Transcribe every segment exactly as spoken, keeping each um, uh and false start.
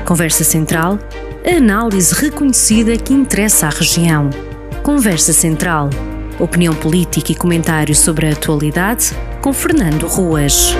Conversa Central, a análise reconhecida que interessa à região. Conversa Central, opinião política e comentário sobre a atualidade, com Fernando Ruas.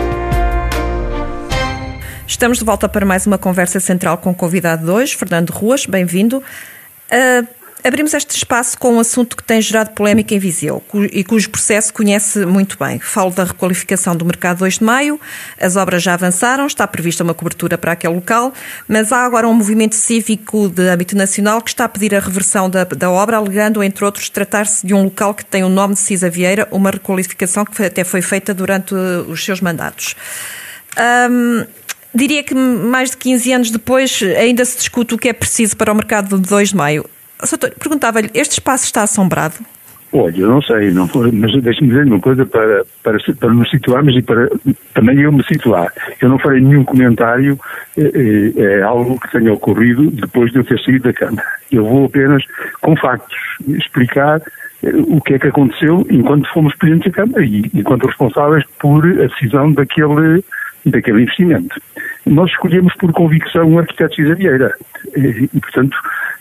Estamos de volta para mais uma Conversa Central com o convidado de hoje, Fernando Ruas, bem-vindo. Uh, abrimos este espaço com um assunto que tem gerado polémica em Viseu e cujo processo conhece muito bem. Falo da requalificação do Mercado dois de Maio, as obras já avançaram, está prevista uma cobertura para aquele local, mas há agora um movimento cívico de âmbito nacional que está a pedir a reversão da, da obra, alegando, entre outros, tratar-se de um local que tem o nome de Cisa Vieira, uma requalificação que até foi feita durante os seus mandatos. Um, Diria que mais de quinze anos depois ainda se discute o que é preciso para o mercado de dois de Maio. Doutor, perguntava-lhe, este espaço está assombrado? Olha, eu não sei, não, mas deixe-me dizer uma coisa para, para, para nos situarmos e para também eu me situar. Eu não farei nenhum comentário, é, é algo que tenha ocorrido depois de eu ter saído da Câmara. Eu vou apenas, com factos, explicar o que é que aconteceu enquanto fomos presidentes da Câmara e enquanto responsáveis por a decisão daquele... daquele investimento. Nós escolhemos por convicção o arquiteto Cisa Vieira e, e, portanto,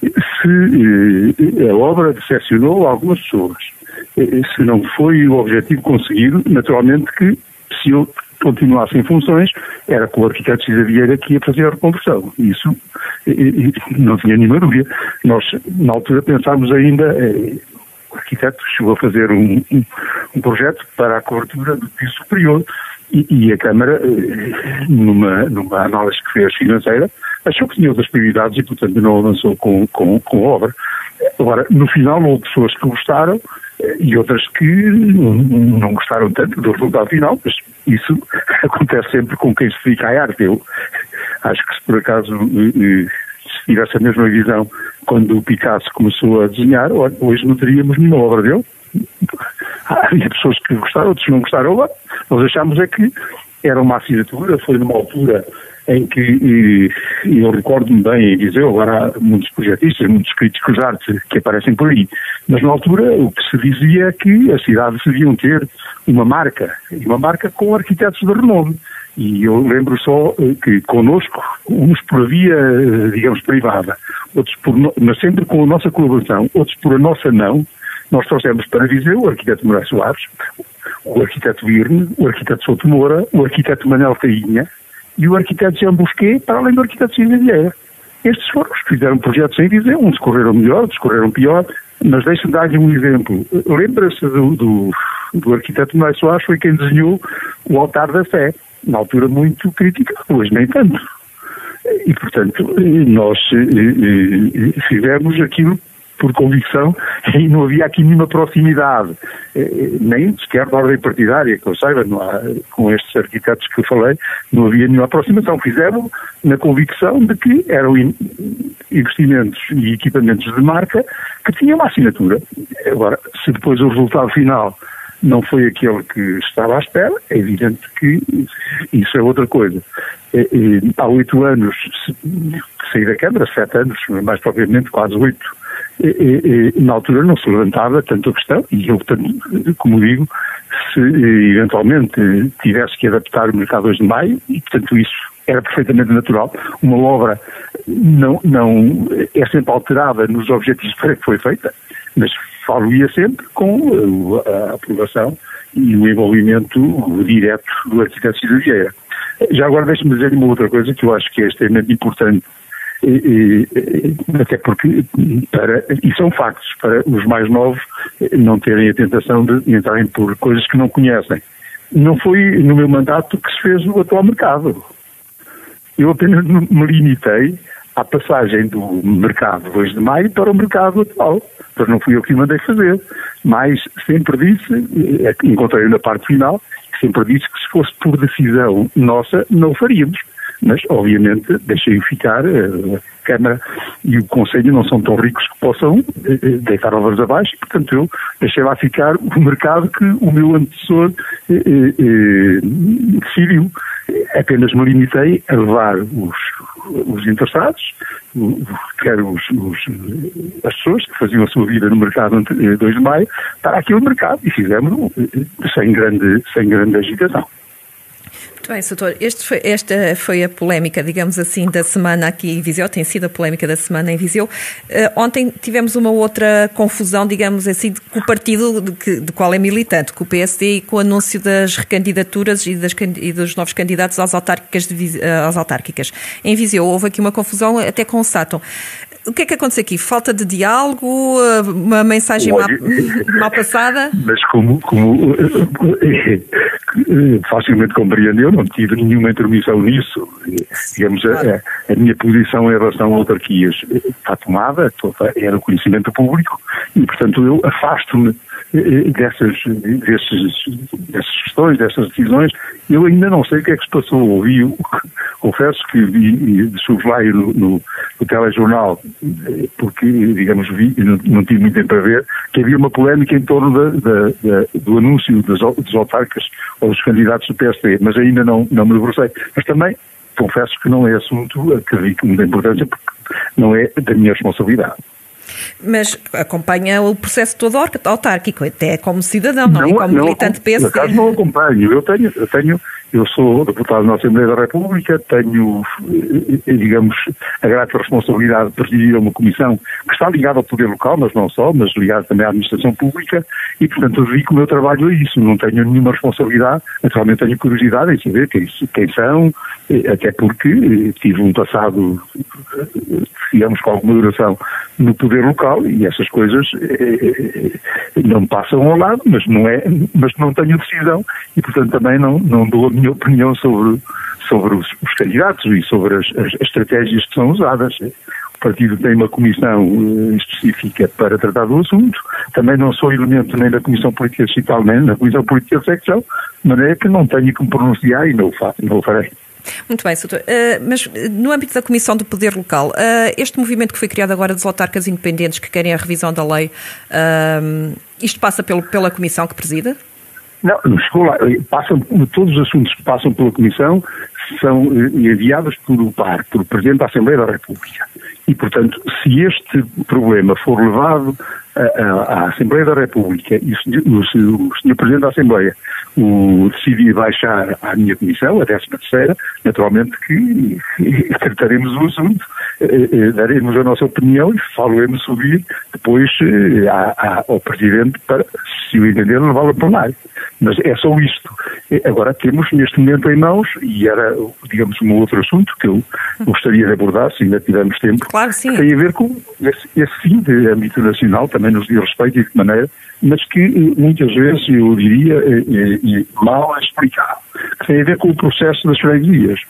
se a obra decepcionou algumas pessoas, se não foi o objetivo conseguido, naturalmente que se eu continuasse em funções, era com o arquiteto Cisa Vieira que ia fazer a reconversão. Isso não tinha nenhuma dúvida. Nós, na altura, pensámos ainda... O arquiteto chegou a fazer um, um, um projeto para a cobertura do piso superior e, e a Câmara, numa, numa análise que fez financeira, achou que tinha outras prioridades e, portanto, não avançou com, com, com a obra. Agora, no final, houve pessoas que gostaram e outras que não gostaram tanto do resultado final, mas isso acontece sempre com quem se dedica à arte. Eu acho que se por acaso... se tivesse a mesma visão quando o Picasso começou a desenhar, hoje não teríamos nenhuma obra dele. Havia pessoas que gostaram, outros não gostaram. Nós achámos é que era uma assinatura, foi numa altura em que, e eu recordo-me bem em Viseu, agora há muitos projetistas, muitos críticos de arte que aparecem por aí, mas na altura o que se dizia é que as cidades deviam ter uma marca, e uma marca com arquitetos de renome. E eu lembro só que connosco, uns por via, digamos, privada, outros por, mas sempre com a nossa colaboração, outros por a nossa não, nós trouxemos para Viseu o arquiteto Moraes Soares, o arquiteto Virne, o arquiteto Souto Moura, o arquiteto Manuel Cainha e o arquiteto Jean Busquet, para além do arquiteto Cisa Vieira. Estes foram os que fizeram projetos em Viseu, uns correram melhor, outros correram pior, mas deixe-me dar-lhe um exemplo. Lembra-se do, do, do arquiteto Moraes Soares, foi quem desenhou o Altar da Fé. Na altura muito crítica, hoje nem tanto. E, portanto, nós eh, fizemos aquilo por convicção e não havia aqui nenhuma proximidade, eh, nem sequer de ordem partidária, que eu saiba, não há, com estes arquitetos que eu falei, não havia nenhuma aproximação. Fizemos na convicção de que eram investimentos e equipamentos de marca que tinham uma assinatura. Agora, se depois o resultado final não foi aquele que estava à espera, é evidente que isso é outra coisa. Há oito anos que saí da Câmara, sete anos, mais propriamente quase oito, na altura não se levantava tanto a questão, e eu, portanto, como digo, se eventualmente tivesse que adaptar o Mercado dois de Maio, e portanto isso era perfeitamente natural, uma obra não, não é sempre alterada nos objetivos para que foi feita, mas falo-ia sempre com a aprovação e o envolvimento direto do arquiteto Cisa Vieira. Já agora deixe-me dizer uma outra coisa que eu acho que é extremamente importante, e, e, até porque, para, e são factos, para os mais novos não terem a tentação de entrarem por coisas que não conhecem. Não foi no meu mandato que se fez o atual mercado. Eu apenas me limitei à passagem do Mercado dois de Maio para o mercado atual. Mas não fui eu que o mandei fazer. Mas sempre disse, encontrei na parte final, sempre disse que se fosse por decisão nossa, não o faríamos. Mas, obviamente, deixei-o ficar, a Câmara e o Conselho não são tão ricos que possam deitar obras abaixo, e, portanto, eu deixei lá ficar o mercado que o meu antecessor eh, eh, decidiu. Apenas me limitei a levar os, os interessados, quer os, os, as pessoas que faziam a sua vida no mercado dois de Maio, para aquele mercado, e fizemos sem grande, sem grande agitação. Muito bem, doutor. Este foi, esta foi a polémica, digamos assim, da semana aqui em Viseu, tem sido a polémica da semana em Viseu. Uh, ontem tivemos uma outra confusão, digamos assim, com o partido de, que, de qual é militante, com o P S D e com o anúncio das recandidaturas e, das, e dos novos candidatos às autárquicas, de, às autárquicas. Em Viseu houve aqui uma confusão até com o Sátão. O que é que aconteceu aqui? Falta de diálogo? Uma mensagem mal, mal passada? Mas como, como facilmente compreendeu, não tive nenhuma intermissão nisso. Digamos, a, a minha posição em relação a autarquias está tomada, é no conhecimento público e, portanto, eu afasto-me dessas, desses, dessas questões, dessas decisões. Eu ainda não sei o que é que se passou. Ouvi, confesso que vi de soslaio no, no, no telejornal, porque, digamos, vi, não, não tive muito tempo a ver, que havia uma polémica em torno da, da, da, do anúncio das, das autarcas ou dos candidatos do P S D, mas ainda não, não me debrucei. Mas também, confesso que não é assunto que vi com muita importância, porque não é da minha responsabilidade. Mas acompanha o processo todo autárquico, até como cidadão, não, não é? Como não, militante P S D. Por acaso não acompanho. Eu tenho, eu tenho, eu sou deputado na Assembleia da República, tenho, digamos, a grata responsabilidade de presidir uma comissão que está ligada ao poder local, mas não só, mas ligada também à administração pública e, portanto, eu dedico o meu trabalho a isso. Não tenho nenhuma responsabilidade, naturalmente tenho curiosidade em saber quem, quem são, até porque tive um passado, digamos, com alguma duração no poder local e essas coisas eh, não passam ao lado, mas não é, mas não tenho decisão e, portanto, também não, não dou a minha opinião sobre, sobre os, os candidatos e sobre as, as, as estratégias que são usadas. O partido tem uma comissão uh, específica para tratar do assunto, também não sou elemento nem da Comissão Política Distrital nem da Comissão Política de Secção, de maneira que não tenho que me pronunciar e não o, fa- não o farei. Muito bem, doutor. Uh, mas no âmbito da Comissão do Poder Local, uh, este movimento que foi criado agora dos autarcas independentes que querem a revisão da lei, uh, isto passa pelo, pela Comissão que presida? Não, chegou lá. Passam, todos os assuntos que passam pela Comissão são enviados por, par, por Presidente da Assembleia da República. E, portanto, se este problema for levado à Assembleia da República e o senhor Presidente da Assembleia o decidir baixar à minha comissão, a décima terceira, naturalmente que trataremos o assunto, daremos a nossa opinião e falaremos subir depois ao Presidente para, se o entender, levá-lo a plenário. Mas é só isto. Agora temos neste momento em mãos, e era, digamos, um outro assunto que eu gostaria de abordar, se ainda tivermos tempo, claro, sim. Que tem a ver com esse, esse sim de âmbito nacional, também nos diz respeito e de que maneira, mas que muitas vezes, eu diria, é, é, mal explicado, que tem a ver com o processo das freguesias.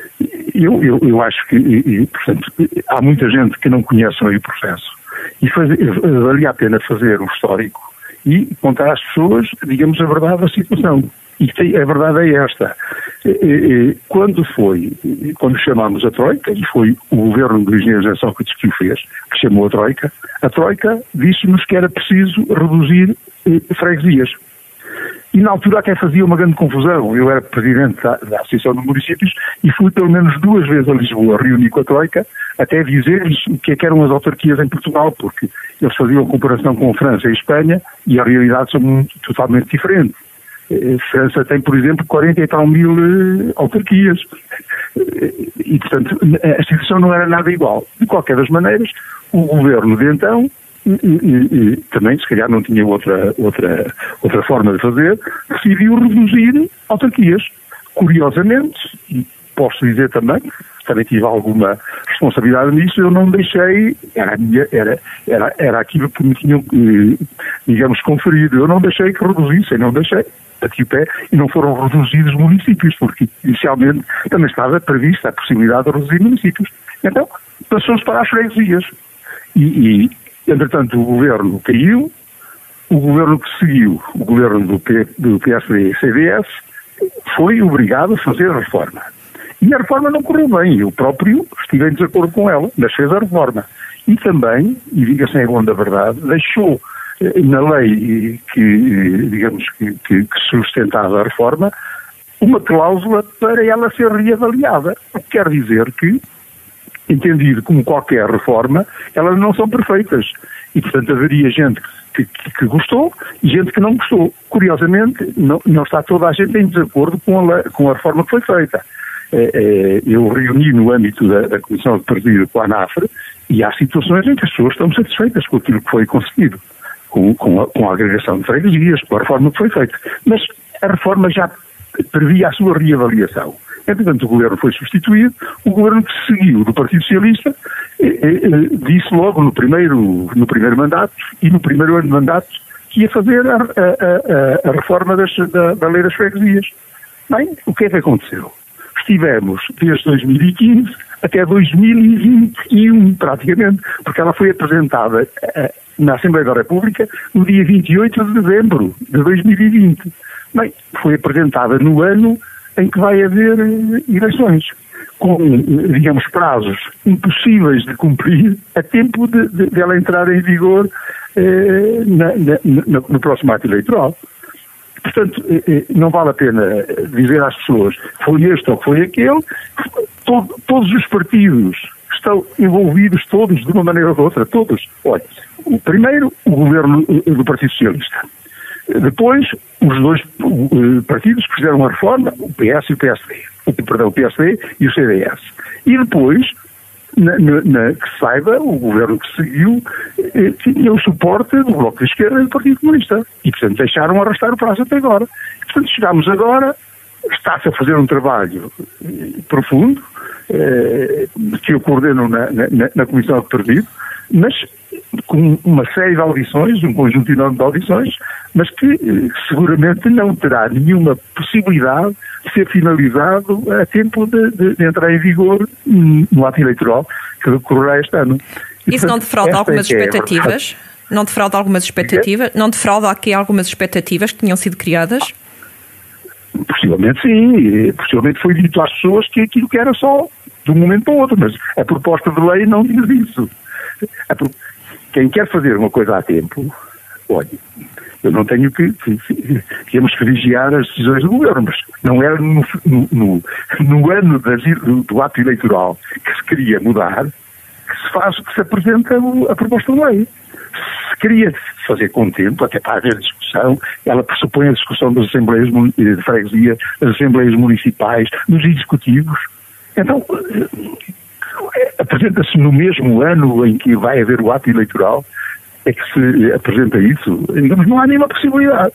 Eu, eu, eu acho que, e, portanto, há muita gente que não conhece o processo e faz, valia a pena fazer o histórico e contar às pessoas, digamos, a verdade da situação. E tem, a verdade é esta. Quando foi, quando chamámos a Troika, e foi o governo do engenheiro José Sócrates que o fez, que chamou a Troika, a Troika disse-nos que era preciso reduzir eh, freguesias. E na altura até fazia uma grande confusão. Eu era presidente da, da Associação de Municípios e fui pelo menos duas vezes a Lisboa reunir com a Troika até dizer-lhes o que é que eram as autarquias em Portugal, porque eles faziam a comparação com a França e a Espanha e a realidade são muito, totalmente diferentes. A França tem, por exemplo, quarenta e tal mil uh, autarquias. E, portanto, a situação não era nada igual. De qualquer das maneiras, o governo de então, e, e, e, também, se calhar não tinha outra, outra, outra forma de fazer, decidiu reduzir autarquias. Curiosamente, e posso dizer também, também tive alguma responsabilidade nisso, eu não deixei, era, a minha, era, era, era aquilo que me tinham, digamos, conferido, eu não deixei que reduzissem, não deixei. Aqui o pé, e não foram reduzidos municípios, porque inicialmente também estava prevista a possibilidade de reduzir municípios. Então, passou-se para as freguesias. E, e, entretanto, o governo caiu, o governo que seguiu, o governo do, P, do P S D e C D S, foi obrigado a fazer a reforma. E a reforma não correu bem, eu próprio estive em desacordo com ela, mas fez a reforma. E também, e diga-se em bom da verdade, deixou na lei que, digamos, que, que, que sustentava a reforma, uma cláusula para ela ser reavaliada. O que quer dizer que, entendido como qualquer reforma, elas não são perfeitas. E, portanto, haveria gente que, que, que gostou e gente que não gostou. Curiosamente, não, não está toda a gente em desacordo com a, com a reforma que foi feita. É, é, eu reuni no âmbito da, da Comissão de Partido com a ANAFRE e há situações em que as pessoas estão satisfeitas com aquilo que foi conseguido, com, com, a, com a agregação de freguesias, com a reforma que foi feita. Mas a reforma já previa a sua reavaliação. Entretanto, o governo foi substituído, o governo que seguiu do Partido Socialista eh, eh, disse logo no primeiro, no primeiro mandato e no primeiro ano de mandato que ia fazer a, a, a, a reforma das, da, da lei das freguesias. Bem, o que é que aconteceu? Estivemos desde dois mil e quinze até dois mil e vinte e um, praticamente, porque ela foi apresentada eh, na Assembleia da República no dia vinte e oito de dezembro de dois mil e vinte. Bem, foi apresentada no ano em que vai haver eleições, com, digamos, prazos impossíveis de cumprir a tempo de, de, de ela entrar em vigor eh, na, na, no, no próximo ato eleitoral. Portanto, eh, não vale a pena dizer às pessoas foi este ou foi aquele. Todo, todos os partidos estão envolvidos, todos, de uma maneira ou de outra, todos. Olha, o primeiro, o governo do Partido Socialista. Depois, os dois uh, partidos que fizeram a reforma, o P S e o P S D, o, perdão, o P S D e o C D S. E depois, na, na, na, que se saiba, o governo que seguiu eh, tinha o suporte do Bloco de Esquerda e do Partido Comunista. E, portanto, deixaram arrastar o prazo até agora. E, portanto, chegámos agora, está-se a fazer um trabalho eh, profundo, eh, que eu coordeno na, na, na Comissão de Partido, mas com uma série de audições, um conjunto enorme de audições, mas que eh, seguramente não terá nenhuma possibilidade de ser finalizado a tempo de, de, de entrar em vigor no ato eleitoral que decorrerá este ano. E, Isso portanto, não defrauda algumas é expectativas? É não defrauda algumas expectativas? É? Não defrauda aqui algumas expectativas que tinham sido criadas? Possivelmente sim. Possivelmente foi dito às pessoas que aquilo que era só de um momento para o outro, mas a proposta de lei não diz isso. A pro... Quem quer fazer uma coisa a tempo, olha, eu não tenho que, que, que temos que vigiar as decisões do governo, mas não era no, no, no ano das, do, do ato eleitoral que se queria mudar, que se faz, que se apresenta a proposta de lei. Se queria fazer com tempo, até para haver discussão, ela pressupõe a discussão das assembleias de freguesia, das assembleias municipais, dos executivos. Então, apresenta-se no mesmo ano em que vai haver o ato eleitoral, é que se apresenta isso, digamos, não há nenhuma possibilidade.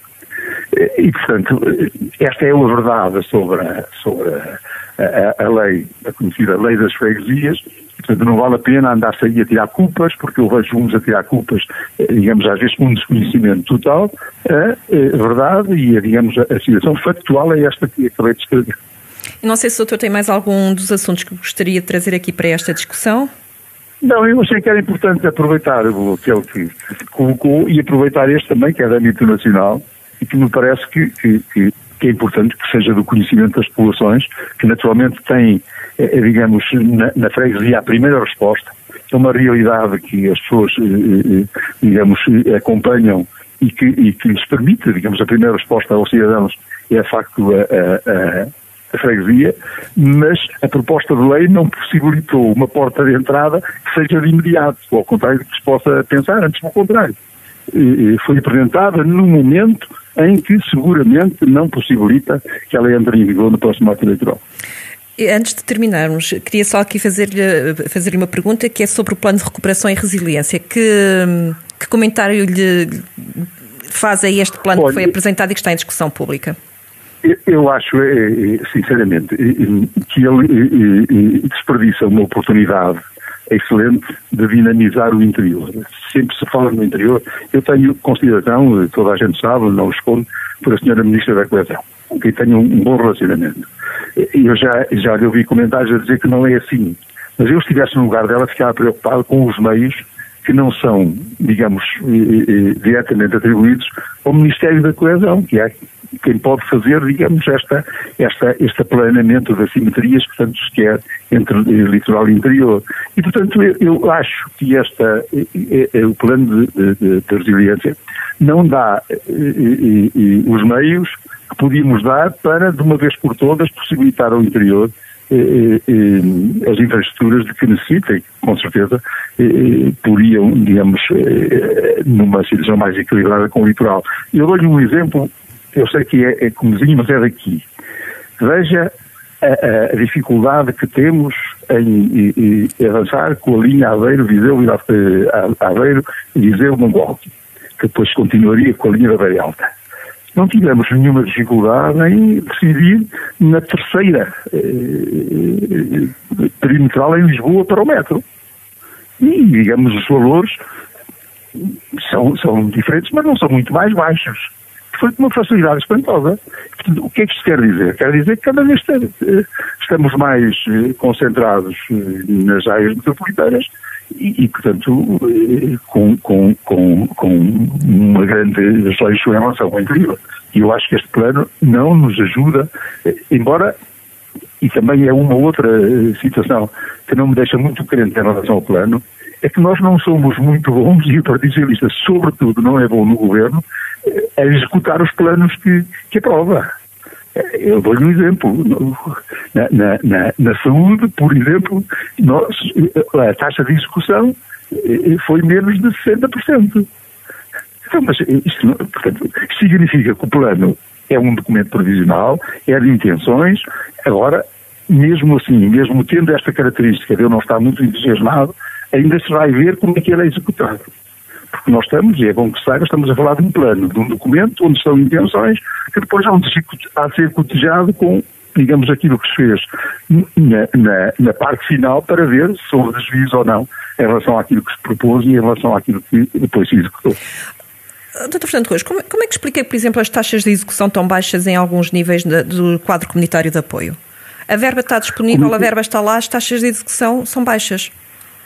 E, portanto, esta é a verdade sobre a, sobre a, a, a lei, a conhecida lei das freguesias. Portanto, não vale a pena andar-se aí a tirar culpas, porque eu vejo uns a tirar culpas, digamos, às vezes com um desconhecimento total. A, a verdade e, a, digamos, a, a situação factual é esta que acabei de escrever. Não sei se o doutor tem mais algum dos assuntos que gostaria de trazer aqui para esta discussão. Não, eu achei que era importante aproveitar o que ele que colocou e aproveitar este também, que é de âmbito nacional, e que me parece que, que, que, que é importante que seja do conhecimento das populações, que naturalmente têm, eh, digamos, na, na freguesia a primeira resposta. É uma realidade que as pessoas, eh, digamos, acompanham e que, e que lhes permite, digamos, a primeira resposta aos cidadãos é, de facto, a, a, a a freguesia, mas a proposta de lei não possibilitou uma porta de entrada que seja de imediato, ou ao contrário do que se possa pensar, antes pelo contrário. Foi apresentada num momento em que seguramente não possibilita que ela entre em vigor no próximo ato eleitoral. Antes de terminarmos, queria só aqui fazer-lhe fazer-lhe uma pergunta que é sobre o Plano de Recuperação e Resiliência. Que, que comentário lhe faz a este plano Olha, que foi apresentado e que está em discussão pública? Eu acho, sinceramente, que ele desperdiça uma oportunidade excelente de dinamizar o interior. Sempre se fala no interior. Eu tenho consideração, toda a gente sabe, não escondo, por a senhora Ministra da Coesão, com quem tenho um bom relacionamento. Eu já, já lhe ouvi comentários a dizer que não é assim. Mas eu, se estivesse no lugar dela, ficava preocupado com os meios que não são, digamos, diretamente atribuídos ao Ministério da Coesão, que é quem pode fazer, digamos, esta, esta, este aplanamento das simetrias que tanto se quer entre litoral e interior. E, portanto, eu, eu acho que esta, o plano de, de, de resiliência não dá e, e, os meios que podíamos dar para, de uma vez por todas, possibilitar ao interior eh, eh, as infraestruturas de que necessita e com certeza eh, poriam, digamos, eh, numa situação mais equilibrada com o litoral. Eu dou-lhe um exemplo, eu sei que é, é comezinho, mas é daqui. Veja a, a dificuldade que temos em, em, em avançar com a linha Aveiro-Viseu, Aveiro, Viseu-Mangualde, que depois continuaria com a linha da Beira Alta. Não tivemos nenhuma dificuldade em decidir na terceira eh, perimetral em Lisboa para o metro. E, digamos, os valores são, são diferentes, mas não são muito mais baixos. Foi uma facilidade espantosa. O que é que isto quer dizer? Quer dizer que cada vez estamos mais concentrados nas áreas metropolitanas e, e portanto, com, com, com, com uma grande desleixo em relação ao interior. E eu acho que este plano não nos ajuda, embora, e também é uma outra situação que não me deixa muito crente em relação ao plano, é que nós não somos muito bons, e o Partido Socialista, sobretudo, não é bom no governo, a executar os planos que, que aprova. Eu dou-lhe um exemplo. Na, na, na, na saúde, por exemplo, nós, a taxa de execução foi menos de sessenta por cento. Então, mas isto, portanto, significa que o plano é um documento provisional, é de intenções. Agora, mesmo assim, mesmo tendo esta característica de eu não estar muito entusiasmado, ainda se vai ver como é que ele é executado. Porque nós estamos, e é bom que se saiba, estamos a falar de um plano, de um documento onde estão intenções que depois há de ser cotejado com, digamos, aquilo que se fez na, na, na parte final para ver se houve desvios ou não em relação àquilo que se propôs e em relação àquilo que depois se executou. doutor Fernando Ruas, como, como é que explica, por exemplo, as taxas de execução tão baixas em alguns níveis de, do quadro comunitário de apoio? A verba está disponível, como... a verba está lá, as taxas de execução são baixas.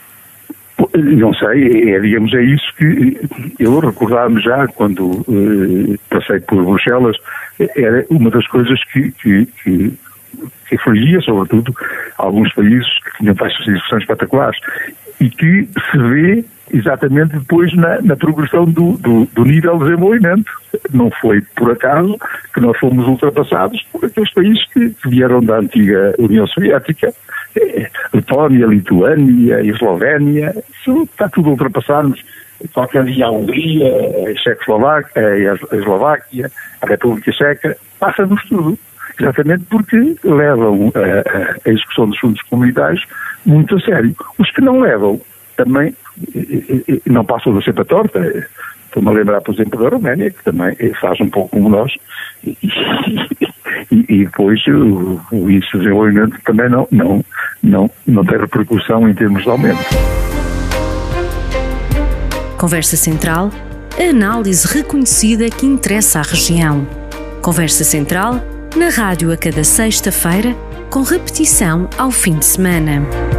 Não sei, é, digamos, é isso que eu recordava-me já quando eh, passei por Bruxelas, era uma das coisas que, que, que, que afligia, sobretudo, alguns países que tinham taxas de execução espetaculares e que se vê exatamente depois na, na progressão do, do, do nível de desenvolvimento. Não foi por acaso que nós fomos ultrapassados por aqueles países que, que vieram da antiga União Soviética, Letónia, Lituânia, Eslovénia, isso está tudo ultrapassado. Qualquer dia a Hungria, a Checoslováquia, a Eslováquia, a República Checa, passa-nos tudo. Exatamente porque levam a, a execução dos fundos comunitários muito a sério. Os que não levam também não passam a ser para torta. Estou-me a lembrar, por exemplo, da Roménia, que também faz um pouco como nós, e, e, e depois o, o índice de desenvolvimento também não, não, não, não tem repercussão em termos de aumento. Conversa Central, a análise reconhecida que interessa à região. Conversa Central, na rádio a cada sexta-feira, com repetição ao fim de semana.